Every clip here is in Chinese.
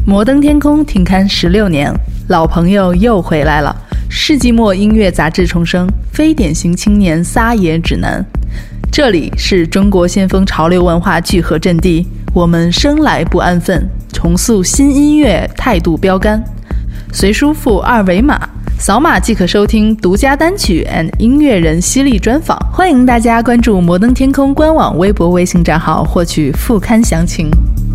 摩登天空停刊16年，老朋友又回来了。世纪末音乐杂志重生，非典型青年撒野指南。这里是中国先锋潮流文化聚合阵地，我们生来不安分，重塑新音乐态度标杆。随书附2维码，扫码即可收听独家单曲 and 音乐人犀利专访。欢迎大家关注摩登天空官网微博微信账号，获取副刊详情。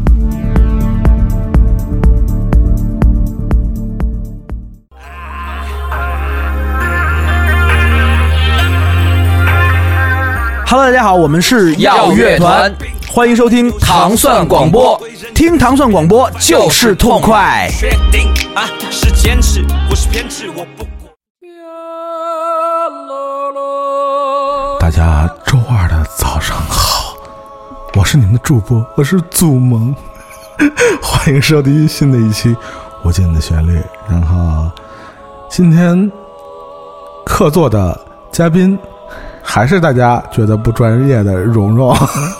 Hello， 大家好，我们是耀乐团， 欢迎收听糖蒜广播， 听糖蒜广播就是痛快。 确定啊，是坚持，不是偏执，我不管。 大家周二的早上好，我是你们的主播，我是祖萌，欢迎收听新的一期无尽的旋律。然后今天客座的嘉宾还是大家觉得不专业的蓉蓉。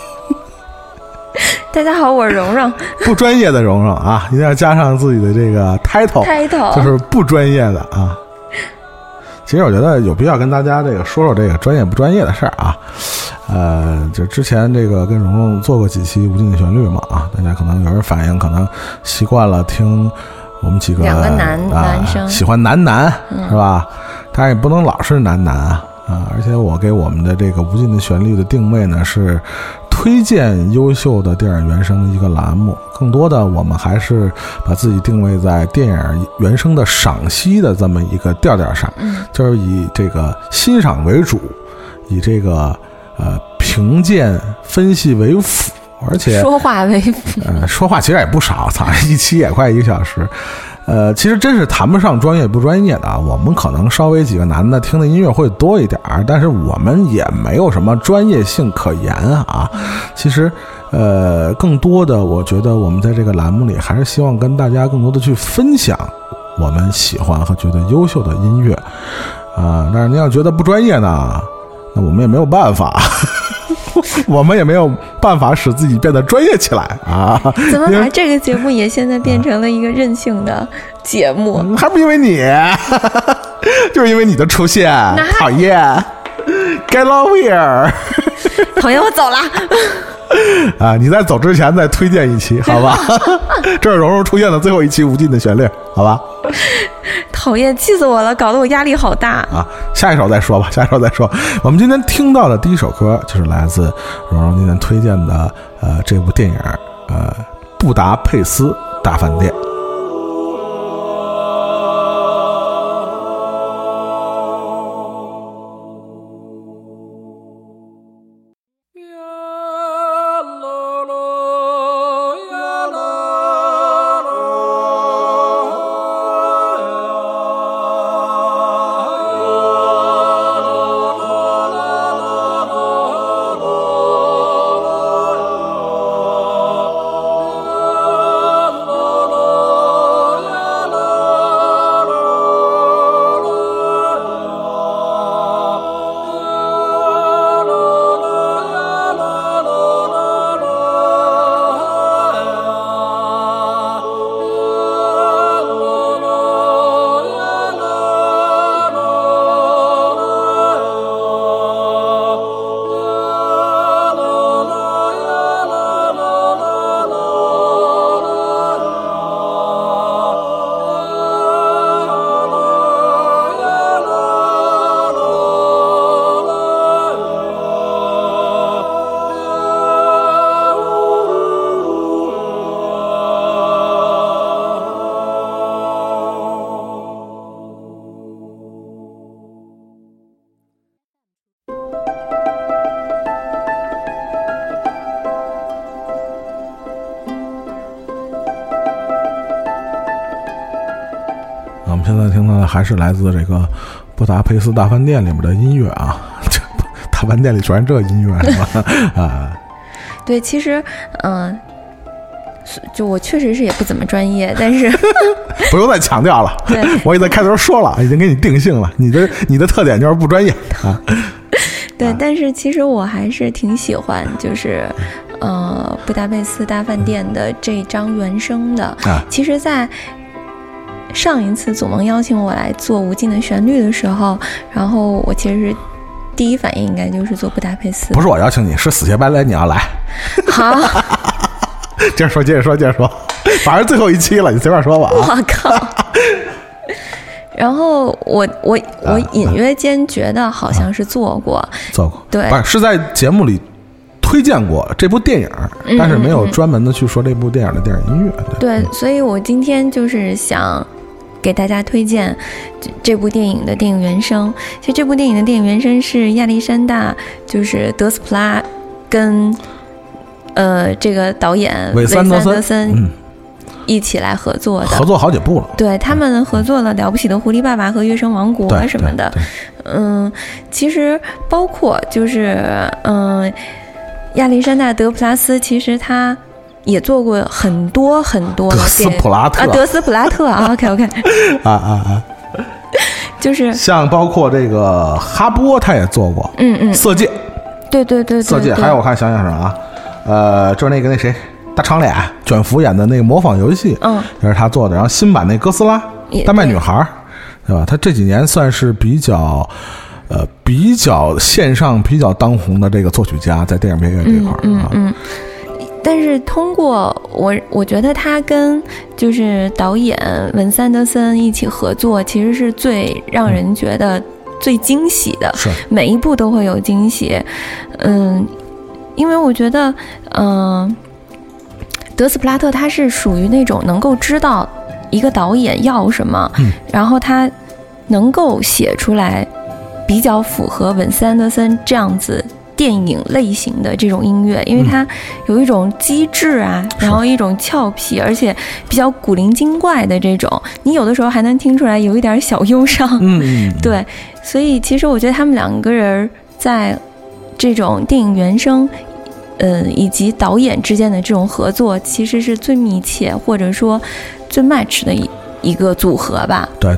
大家好，我是蓉蓉。 不专业的蓉蓉啊，一定要加上自己的这个 title， 就是不专业的啊。其实我觉得有必要跟大家这个说说这个专业不专业的事儿啊。就之前这个跟蓉蓉做过几期无尽的旋律嘛啊，大家可能有人反映，可能习惯了听我们几个两个男生喜欢男是吧？但是也不能老是男啊。而且我给我们的这个无尽的旋律的定位呢，是推荐优秀的电影原声的一个栏目，更多的我们还是把自己定位在电影原声的赏析的这么一个调上，就是以这个欣赏为主，以这个评鉴分析为辅，而且说话为辅， 说话其实也不少，一期也快1个小时。其实真是谈不上专业不专业的啊，我们可能稍微几个男的听的音乐会多一点，但是我们也没有什么专业性可言啊。其实更多的我觉得我们在这个栏目里还是希望跟大家更多的去分享我们喜欢和觉得优秀的音乐但是您要觉得不专业呢，那我们也没有办法。我们也没有办法使自己变得专业起来啊！ 怎么把这个节目也现在变成了一个任性的节目？ 还不因为你，就是因为你的出现，讨厌 ，get over here， 讨厌，我走了。 啊！你在走之前再推荐一期，好吧？这是蓉蓉出现的最后一期无尽的旋律，好吧？ 讨厌，气死我了，搞得我压力好大啊！下一首再说吧，下一首再说。我们今天听到的第一首歌就是来自蓉蓉今天推荐的这部电影布达佩斯大饭店。我们现在听到的还是来自这个布达佩斯大饭店里面的音乐啊，大饭店里全是这音乐是吧？啊， 对，其实就我确实是也不怎么专业，但是不用再强调了。我也在开头说了，已经给你定性了，你的特点就是不专业啊。 对，但是其实我还是挺喜欢，就是布达佩斯大饭店的这张原声的。其实在上一次祖萌邀请我来做无尽的旋律的时候，然后我其实是第一反应应该就是做布达佩斯。 不是我邀请你，是死乞白赖你要来。 好， 接着说，反正最后一期了，你随便说吧。 我靠！然后我隐约间觉得好像是做过，对， 不是在节目里推荐过这部电影，但是没有专门的去说这部电影的电影音乐。 对，所以我今天就是想给大家推荐这部电影的电影原声。其实这部电影的电影原声是亚历山大，就是德斯普拉跟这个导演韦斯安德森一起来合作的， 合作好几部了。 对，他们合作了《了不起的狐狸爸爸》和《月升王国》什么的。其实包括就是亚历山大·德普拉斯，其实他也做过很多很多的德斯普拉特啊 OK 就是像包括这个哈波他也做过，色戒， 对色戒，还有我看想什么啊，就是那谁大长脸卷福演的那个模仿游戏，也是他做的。然后新版那哥斯拉丹麦女孩，对吧？他这几年算是比较线上比较当红的这个作曲家，在电影配乐这块但是通过我觉得他跟就是导演文斯安德森一起合作，其实是最让人觉得最惊喜的，每一部都会有惊喜。因为我觉得德斯普拉特他是属于那种能够知道一个导演要什么，然后他能够写出来比较符合文斯安德森这样子电影类型的这种音乐，因为它有一种机智啊，然后一种俏皮，而且比较古灵精怪的这种，你有的时候还能听出来有一点小忧伤。对，所以其实我觉得他们两个人在这种电影原声以及导演之间的这种合作，其实是最密切或者说最 match 的一个组合吧。 对，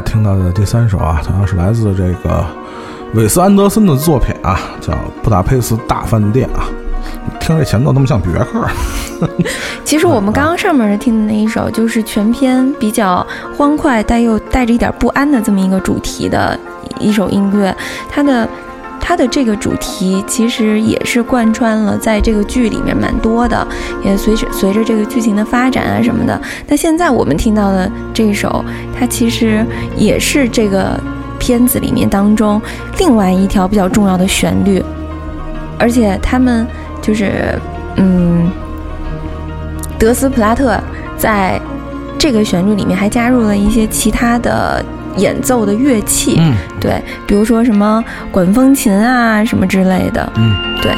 听到的第3首啊，同样是来自这个韦斯安德森的作品啊，叫《布达佩斯大饭店》啊。听这前奏那么像比约克。 其实我们刚刚上面听的那一首，就是全篇比较欢快但又带着一点不安的这么一个主题的一首音乐，它的这个主题其实也是贯穿了在这个剧里面蛮多的，也随着这个剧情的发展啊什么的。但现在我们听到的这一首，它其实也是这个片子里面当中另外一条比较重要的旋律，而且他们就是德斯普拉特在这个旋律里面还加入了一些其他的演奏的乐器，对，比如说什么管风琴啊什么之类的，对。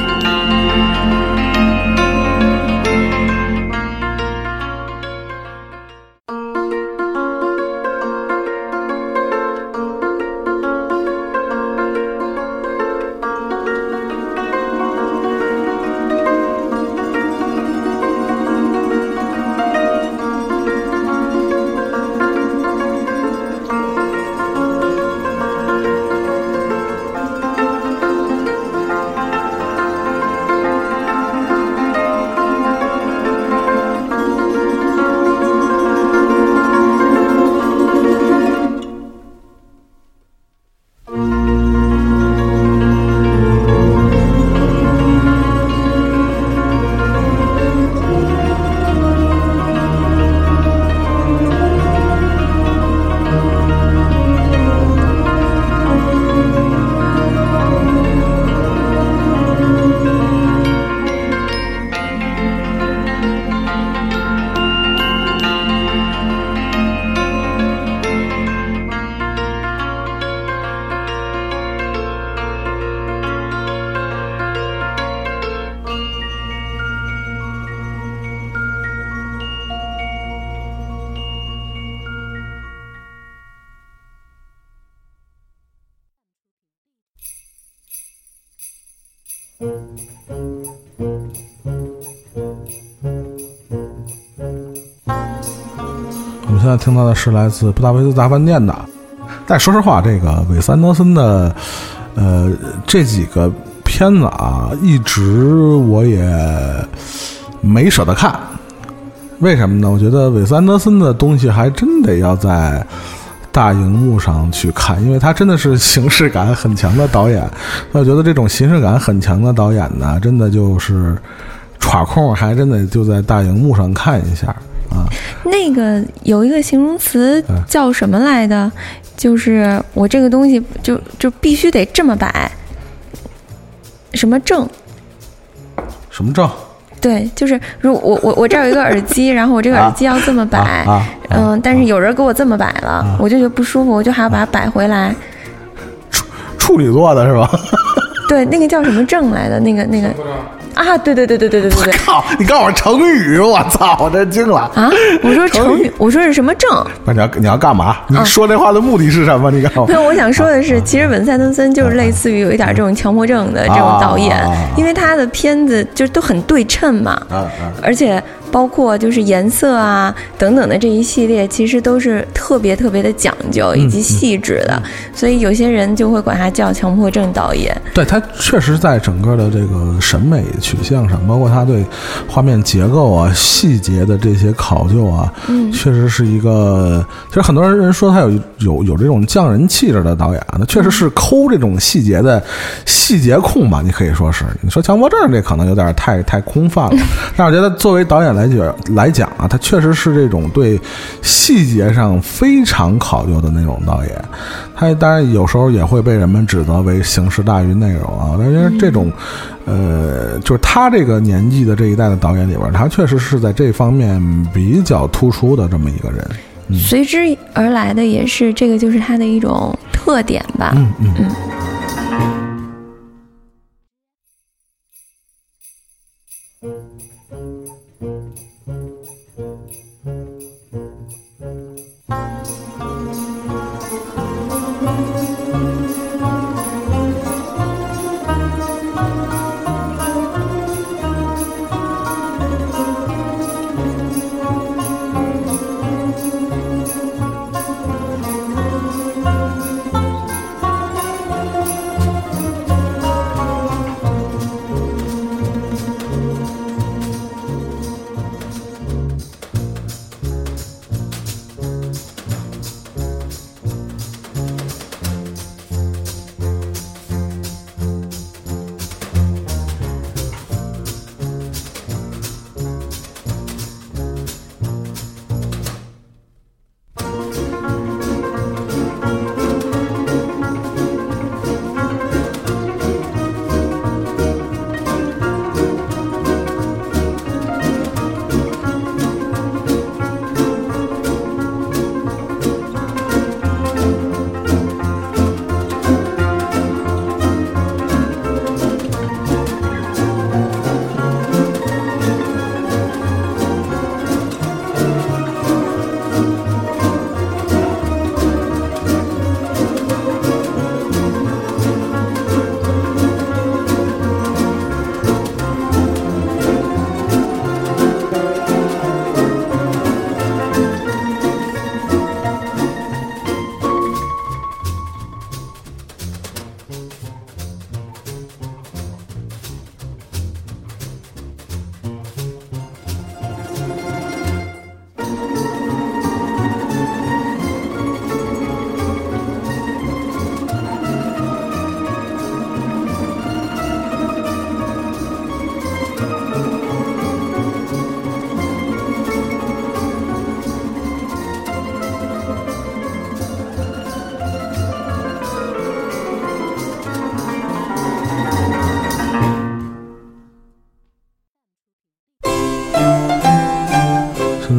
我们现在听到的是来自布达佩斯大饭店的。但说实话，这个韦斯安德森的这几个片子啊，一直我也没舍得看。为什么呢？我觉得韦斯安德森的东西还真得要在大荧幕上去看，因为他真的是形式感很强的导演。我觉得这种形式感很强的导演呢，真的就是耍空还真的就在大荧幕上看一下啊。 那个有一个形容词叫什么来的？就是我这个东西就必须得这么摆，什么正？ 什么正？ 对，就是如我这儿有一个耳机，然后我这个耳机要这么摆，但是有人给我这么摆了，我就觉得不舒服，我就还要把它摆回来。 处女座的是吧？ 对，那个叫什么正来的？那个啊，对， 靠！你告诉我成语，我操，我真惊了啊！我说成语，我说是什么正？ 不是你要干嘛？你说这话的目的是什么？你告诉我。 没有，我想说的是，其实文塞登森就是类似于有一点这种强迫症的这种导演，因为他的片子就都很对称嘛，而且包括就是颜色啊等等的这一系列，其实都是特别的讲究以及细致的，所以有些人就会管他叫强迫症导演。 对，他确实在整个的这个审美取向上，包括他对画面结构啊、细节的这些考究啊，确实是一个。其实很多人说他有这种匠人气质的导演啊，他确实是抠这种细节的细节控吧，你可以说是。你说强迫症这可能有点太空泛了，但我觉得作为导演来讲啊，他确实是这种对细节上非常考究的那种导演。他当然有时候也会被人们指责为形式大于内容啊，但是这种就是他这个年纪的这一代的导演里边，他确实是在这方面比较突出的这么一个人。 随之而来的也是这个，就是他的一种特点吧。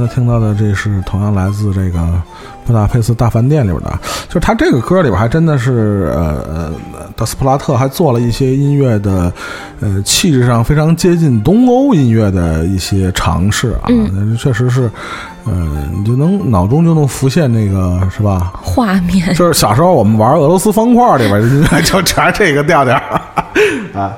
在听到的这是同样来自这个布达佩斯大饭店里边的，就是他这个歌里边还真的是德斯普拉特还做了一些音乐的气质上非常接近东欧音乐的一些尝试啊，确实是你就能脑中就能浮现那个是吧画面， 就是小时候我们玩俄罗斯方块里边的音乐就全是这个调调啊。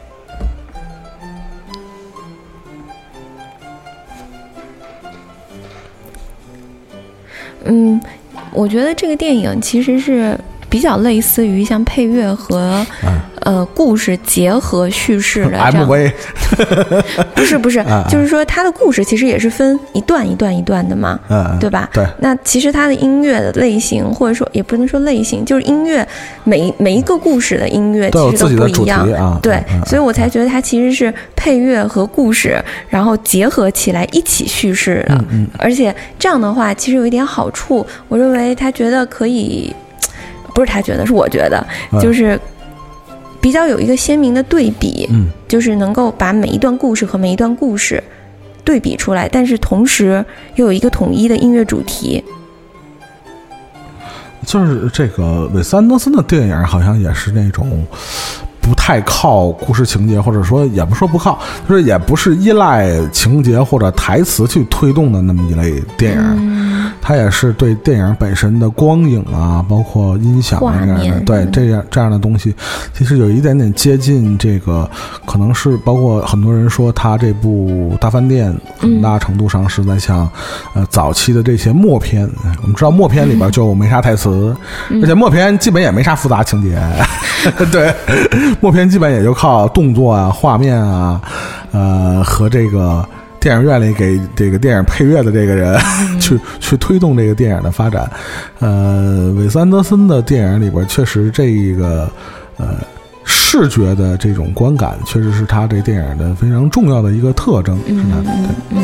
我觉得这个电影其实是比较类似于像配乐和故事结合叙事的这样。 MV 不是，就是说它的故事其实也是分一段一段一段的嘛，对吧？ 对。 那其实它的音乐的类型，或者说也不能说类型，就是音乐每一个故事的音乐其实都不一样啊。 对，所以我才觉得它其实是配乐和故事，然后结合起来一起叙事的。而且这样的话，其实有一点好处，我认为他觉得可以。不是他觉得，是我觉得，就是比较有一个鲜明的对比，就是能够把每一段故事和每一段故事对比出来，但是同时又有一个统一的音乐主题。 就是这个韦斯安德森的电影好像也是那种不太靠故事情节，或者说也不说不靠，就是也不是依赖情节或者台词去推动的那么一类电影，它也是对电影本身的光影啊，包括音响啊这样的，对这样的东西，其实有一点点接近这个，可能是包括很多人说他这部《大饭店》很大程度上是在向早期的这些默片，我们知道默片里边就没啥台词，而且默片基本也没啥复杂情节，对。默片基本也就靠动作啊、画面啊，和这个电影院里给这个电影配乐的这个人去推动这个电影的发展。韦斯安德森的电影里边确实这个视觉的这种观感，确实是他这电影的非常重要的一个特征，是的，对。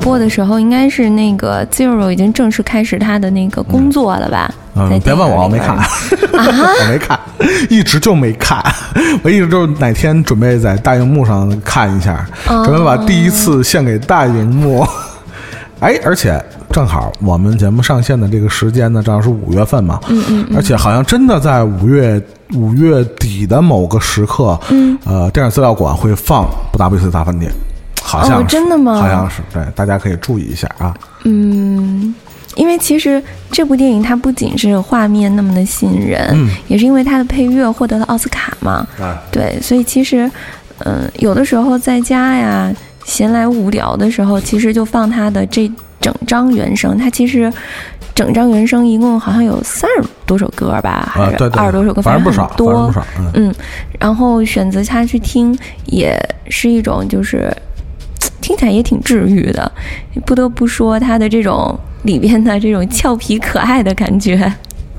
播的时候，应该是那个 Zero 已经正式开始他的那个工作了吧？ 别问我，我没看，我没看，一直就没看。我一直就哪天准备在大荧幕上看一下，准备把第一次献给大荧幕。哎，而且正好我们节目上线的这个时间呢，正好是5月份嘛，而且好像真的在5月底的某个时刻，电影资料馆会放《布达佩斯大饭店》，好像是， 真的吗？ 好像是，对，大家可以注意一下啊。 因为其实这部电影它不仅是画面那么的吸引人，也是因为它的配乐获得了奥斯卡嘛，对，所以其实，有的时候在家呀闲来无聊的时候，其实就放它的这整张原声，它其实整张原声一共好像有30多首歌吧，还是20多首歌， 反正不少， 多，不少，然后选择它去听，也是一种就是听起来也挺治愈的，不得不说它的这种里边的这种俏皮可爱的感觉，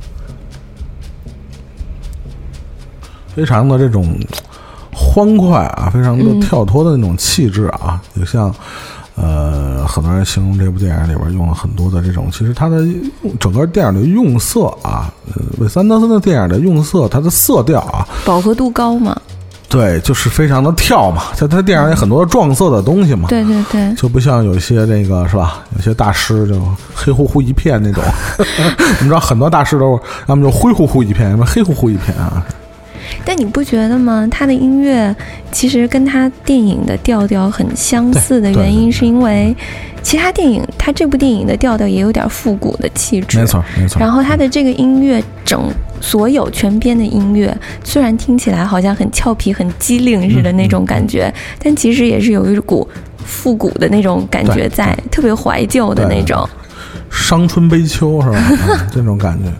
非常的这种欢快啊，非常的跳脱的那种气质啊，也像很多人形容这部电影里边用了很多的这种，其实它的整个电影的用色啊，韦斯安德森的电影的用色，它的色调啊， 饱和度高嘛。 对，就是非常的跳嘛，在他电影里很多撞色的东西嘛， 对对对， 就不像有些那个是吧，有些大师就黑乎乎一片那种，你知道很多大师都要么就灰乎乎一片，要么黑乎乎一片啊。 但你不觉得吗？他的音乐其实跟他电影的调调很相似的原因，是因为其他电影，他这部电影的调调也有点复古的气质， 没错没错。 然后他的这个音乐所有全编的音乐，虽然听起来好像很俏皮、很机灵似的那种感觉，但其实也是有一股复古的那种感觉在，特别怀旧的那种， 伤春悲秋是吧？这种感觉。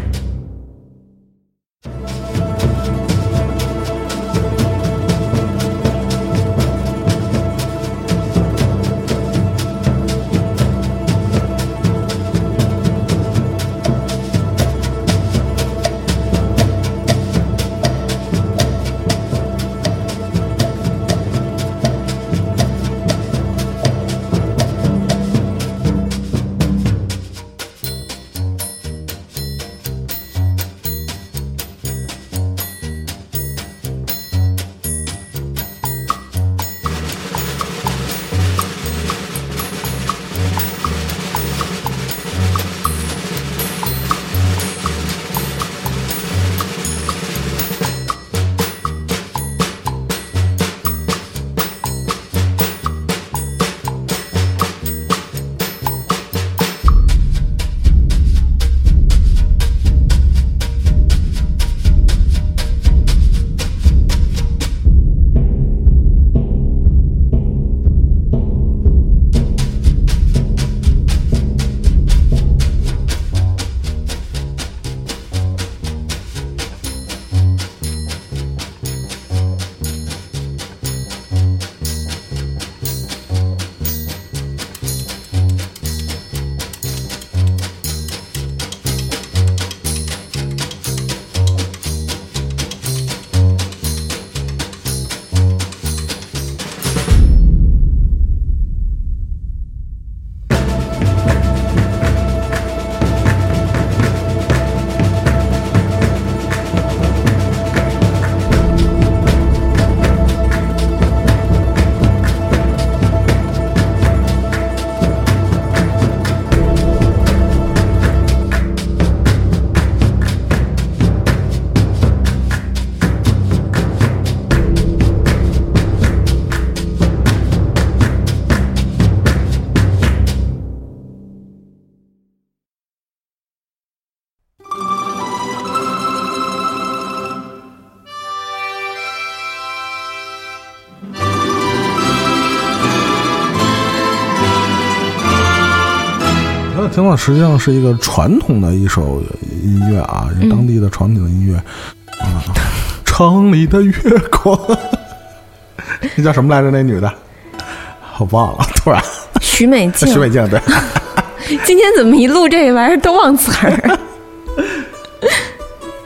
听到实际上是一个传统的一首音乐啊，当地的传统的音乐啊，城里的月光，那叫什么来着？那女的，我忘了，突然。 许美静， 许美静，对。 今天怎么一录这玩意儿都忘词儿？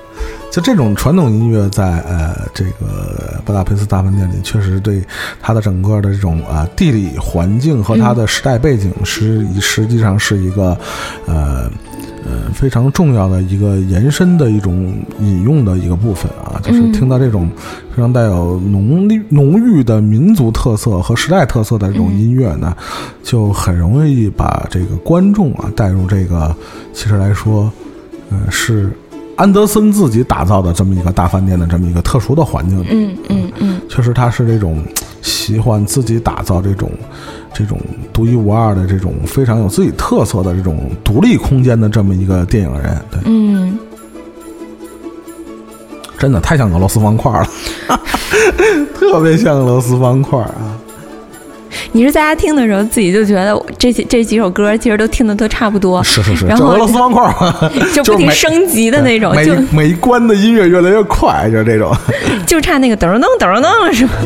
就这种传统音乐在这个布达佩斯大饭店里，确实对它的整个的这种地理环境和它的时代背景实际上是一个非常重要的一个延伸的一种引用的一个部分啊，就是听到这种非常带有浓郁的民族特色和时代特色的这种音乐呢，就很容易把这个观众带入这个其实来说是安德森自己打造的这么一个大饭店的这么一个特殊的环境。确实他是这种喜欢自己打造这种独一无二的这种非常有自己特色的这种独立空间的这么一个电影人。对，真的太像俄罗斯方块了特别像俄罗斯方块啊。 你是在家听的时候自己就觉得这几首歌其实都听的都差不多， 是， 然后俄罗斯方块嘛， 就不停升级的那种，就每一关的音乐越来越快，就是这种， 就差那个噔噔噔噔噔了，是吧？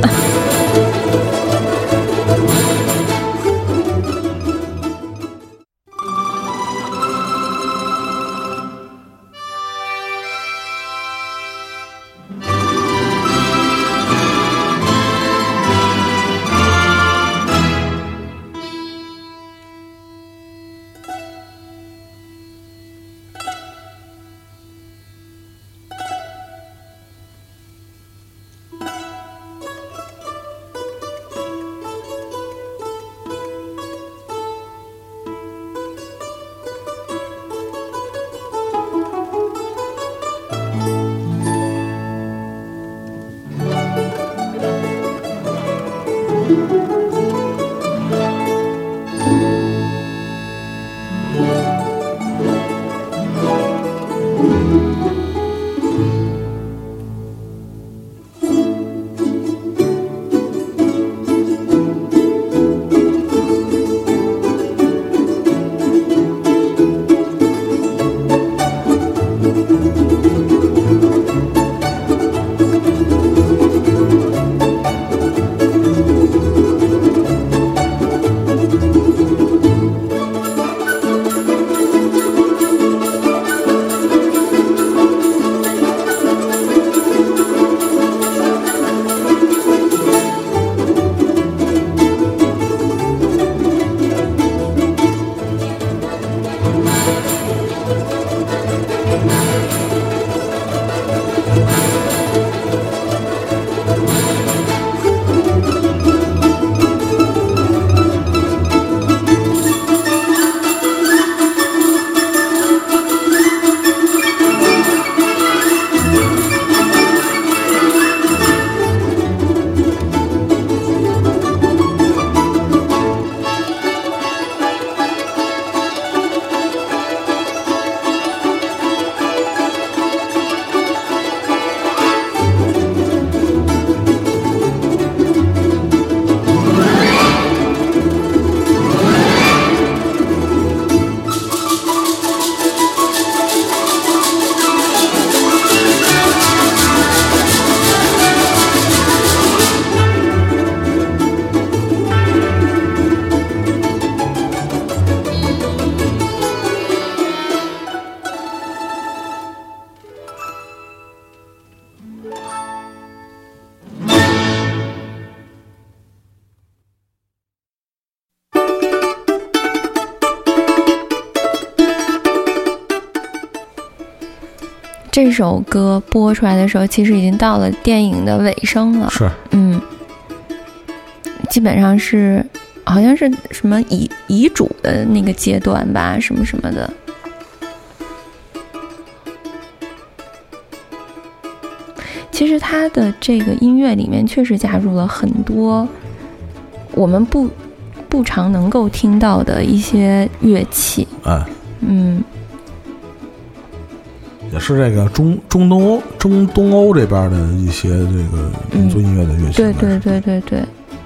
这首歌播出来的时候，其实已经到了电影的尾声了。 是， 基本上是，好像是什么遗嘱的那个阶段吧，什么什么的。其实他的这个音乐里面确实加入了很多我们不常能够听到的一些乐器。 也是这个中东欧这边的一些这个民族音乐的乐器。 对。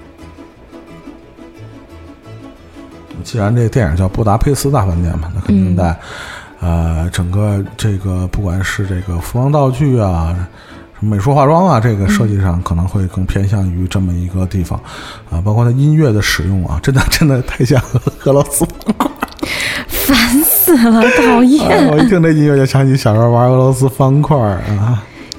既然这个电影叫布达佩斯大饭店嘛，那肯定在整个这个不管是这个服装道具啊、美术化妆啊，这个设计上可能会更偏向于这么一个地方包括它音乐的使用啊，真的太像俄罗斯方块， 烦死了，讨厌！ 我一听这音乐就想起小时候玩俄罗斯方块啊。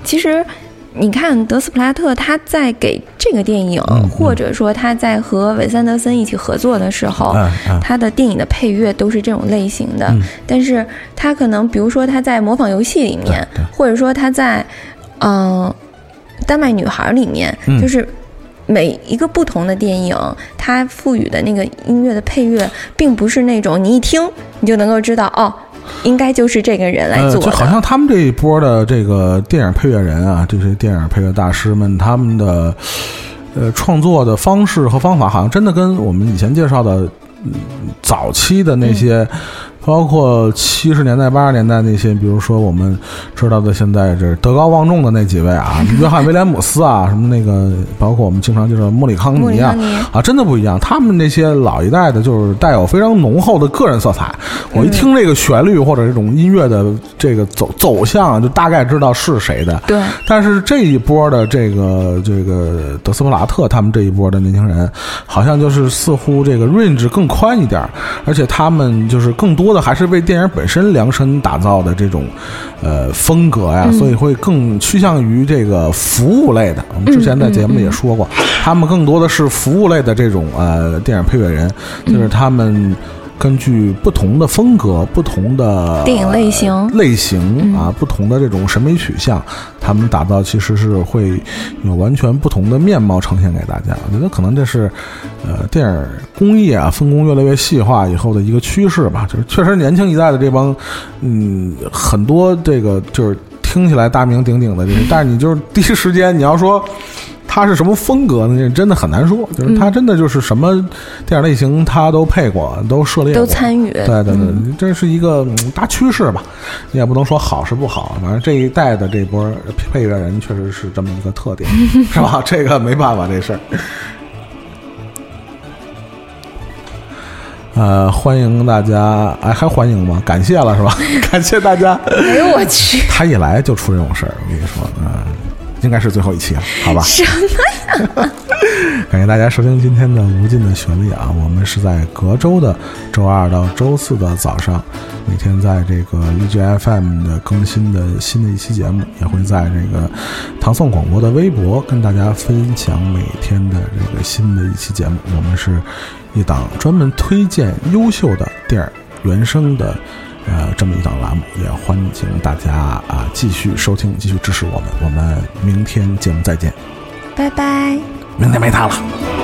其实你看德斯普拉特他在给这个电影，或者说他在和韦斯安德森一起合作的时候，他的电影的配乐都是这种类型的。但是他可能比如说他在模仿游戏里面，或者说他在丹麦女孩里面，就是每一个不同的电影，它赋予的那个音乐的配乐，并不是那种你一听你就能够知道哦，应该就是这个人来做的。 就好像他们这一波的这个电影配乐人啊，这些电影配乐大师们，他们的创作的方式和方法，好像真的跟我们以前介绍的早期的那些。包括70年代、80年代那些，比如说我们知道的现在这德高望重的那几位啊，约翰威廉姆斯啊，什么那个，包括我们经常就是莫里康尼啊，真的不一样。他们那些老一代的，就是带有非常浓厚的个人色彩。我一听这个旋律或者这种音乐的这个走向，就大概知道是谁的。 对。但是这一波的这个德斯普拉特他们这一波的年轻人，好像就是似乎这个 range 更宽一点，而且他们就是更多的还是为电影本身量身打造的这种风格呀，所以会更趋向于这个服务类的。我们之前在节目里也说过，他们更多的是服务类的这种电影配乐人，就是他们根据不同的风格、不同的电影类型啊，不同的这种审美取向，他们打造其实是会有完全不同的面貌呈现给大家。我觉得可能这是电影工业啊分工越来越细化以后的一个趋势吧。就是确实年轻一代的这帮很多这个就是听起来大名鼎鼎的这些，但是你就是第一时间你要说他是什么风格呢？真的很难说。就是他真的就是什么电影类型他都配过，都涉猎过， 都参与。 对，这是一个大趋势吧。你也不能说好是不好，反正这一代的这波配乐人确实是这么一个特点，是吧？这个没办法，这事儿。欢迎大家，还欢迎吗？感谢了是吧？感谢大家。 哎呦我去！ 他一来就出这种事儿，我跟你说，应该是最后一期了，好吧？ 什么呀？ 感谢大家收听今天的无尽的旋律啊！我们是在隔周的周2到周4的早上，每天在这个荔枝 FM 的更新的新的一期节目，也会在这个唐宋广播的微博跟大家分享每天的这个新的一期节目。我们是一档专门推荐优秀的电影原声的这么一档栏目，也欢迎大家继续收听，继续支持我们。我们明天节目再见， 拜拜。 明天没他了。